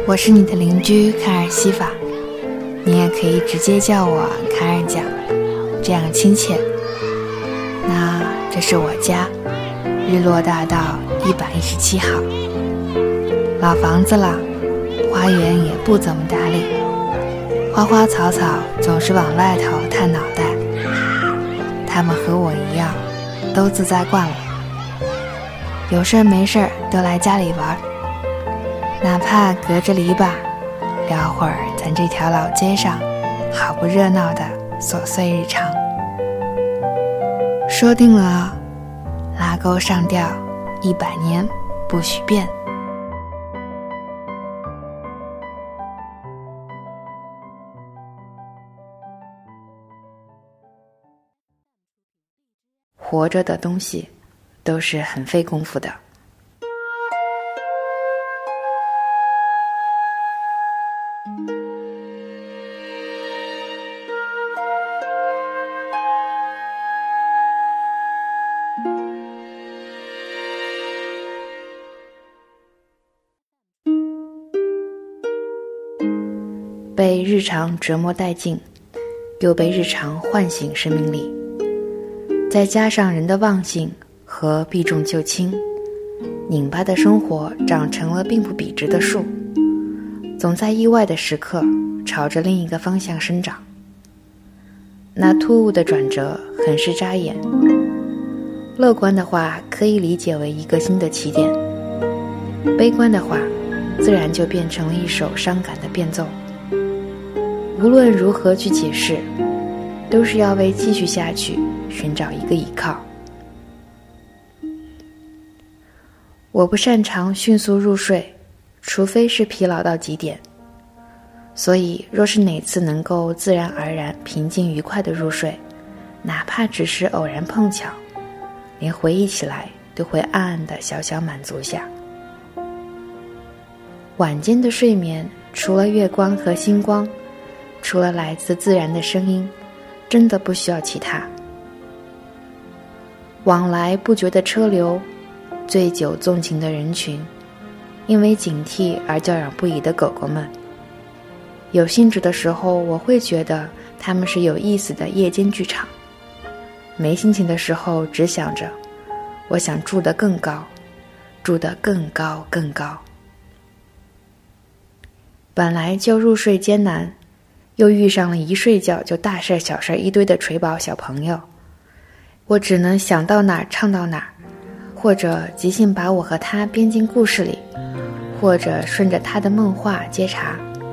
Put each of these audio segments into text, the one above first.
我是你的邻居卡尔西法，你也可以直接叫我卡尔酱，这样亲切。那这是我家，日落大道117号。老房子了，花园也不怎么打理，花花草草总是往外头探脑袋。他们和我一样，都自在惯了，有事没事都来家里玩，哪怕隔着篱笆聊会儿咱这条老街上好不热闹的琐碎日常。说定了啊，拉钩上吊100年不许变。活着的东西都是很费功夫的。被日常折磨殆尽，又被日常唤醒生命力，再加上人的忘性和避重就轻，拧巴的生活长成了并不笔直的树，总在意外的时刻朝着另一个方向生长。那突兀的转折很是扎眼，乐观的话可以理解为一个新的起点，悲观的话自然就变成了一首伤感的变奏。无论如何去解释，都是要为继续下去寻找一个依靠。我不擅长迅速入睡，除非是疲劳到极点，所以若是哪次能够自然而然平静愉快的入睡，哪怕只是偶然碰巧，连回忆起来都会暗暗的小小满足下。晚间的睡眠，除了月光和星光，除了来自自然的声音，真的不需要其他。往来不绝的车流，醉酒纵情的人群，因为警惕而叫嚷不已的狗狗们。有兴致的时候，我会觉得他们是有意思的夜间剧场；没心情的时候，只想着我想住得更高，住得更高更高。本来就入睡艰难，又遇上了一睡觉就大事小事一堆的垂保小朋友，我只能想到哪儿唱到哪儿，或者即兴把我和他编进故事里，或者顺着他的梦话接茬。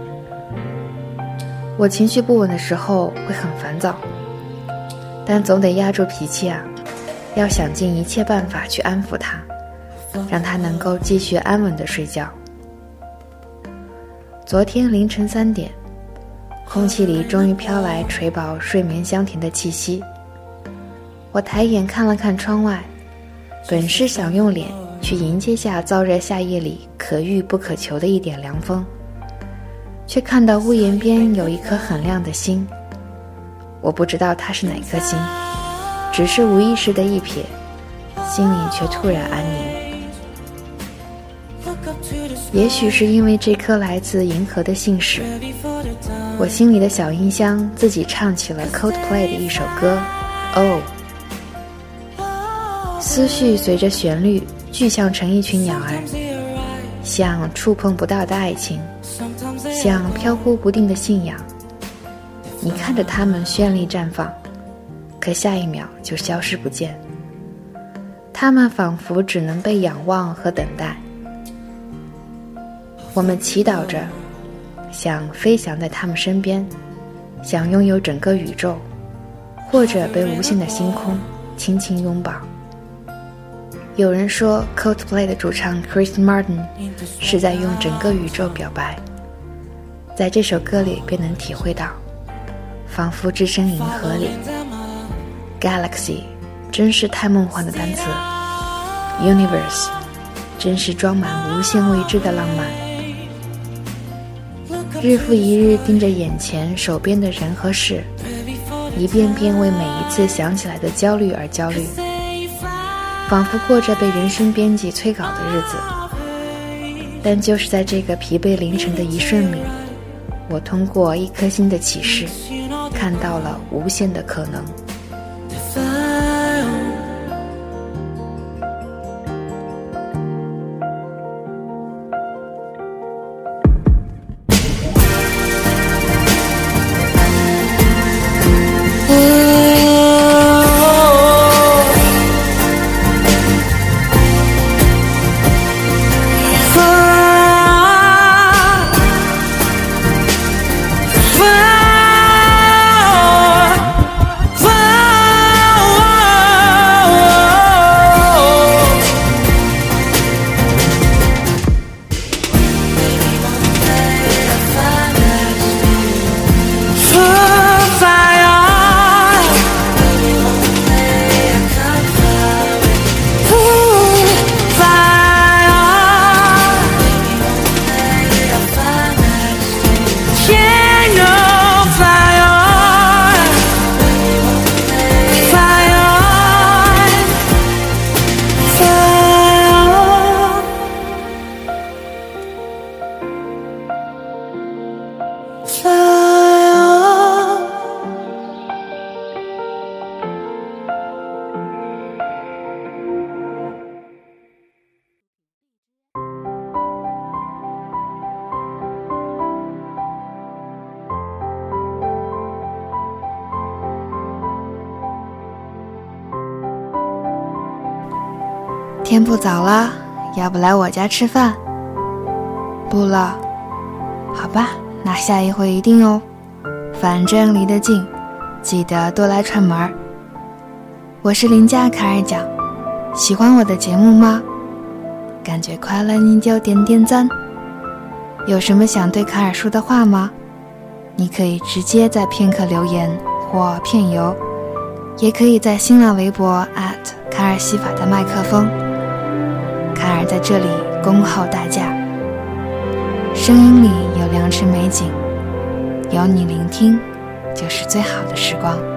我情绪不稳的时候会很烦躁，但总得压住脾气啊，要想尽一切办法去安抚他，让他能够继续安稳地睡觉。昨天凌晨3点，空气里终于飘来垂保睡眠香甜的气息。我抬眼看了看窗外，本是想用脸去迎接下燥热夏夜里可遇不可求的一点凉风，却看到屋檐边有一颗很亮的星。我不知道它是哪颗星，只是无意识的一瞥，心里却突然安宁。也许是因为这颗来自银河的信使，我心里的小音箱自己唱起了 Coldplay 的一首歌 Oh。 思绪随着旋律具象成一群鸟儿，像触碰不到的爱情，像飘忽不定的信仰。你看着它们绚丽绽放，可下一秒就消失不见，它们仿佛只能被仰望和等待。我们祈祷着，想飞翔在他们身边，想拥有整个宇宙，或者被无限的星空轻轻拥抱。有人说 Coldplay 的主唱 Chris Martin 是在用整个宇宙表白，在这首歌里便能体会到，仿佛置身银河里。 Galaxy 真是太梦幻的单词， Universe 真是装满无限未知的浪漫。日复一日盯着眼前手边的人和事，一遍遍为每一次想起来的焦虑而焦虑，仿佛过着被人生编辑催稿的日子。 但就是在这个疲惫凌晨的一瞬里，我通过一颗心的启示，看到了无限的可能。天不早了，要不来我家吃饭？不了。好吧，那下一回一定哦，反正离得近，记得多来串门儿。我是邻家卡尔讲，喜欢我的节目吗？感觉快乐你就点点赞。有什么想对卡尔说的话吗？你可以直接在片刻留言或片邮，也可以在新浪微博卡尔西法的麦克风。卡尔在这里恭候大驾，声音里有良辰美景，有你聆听就是最好的时光。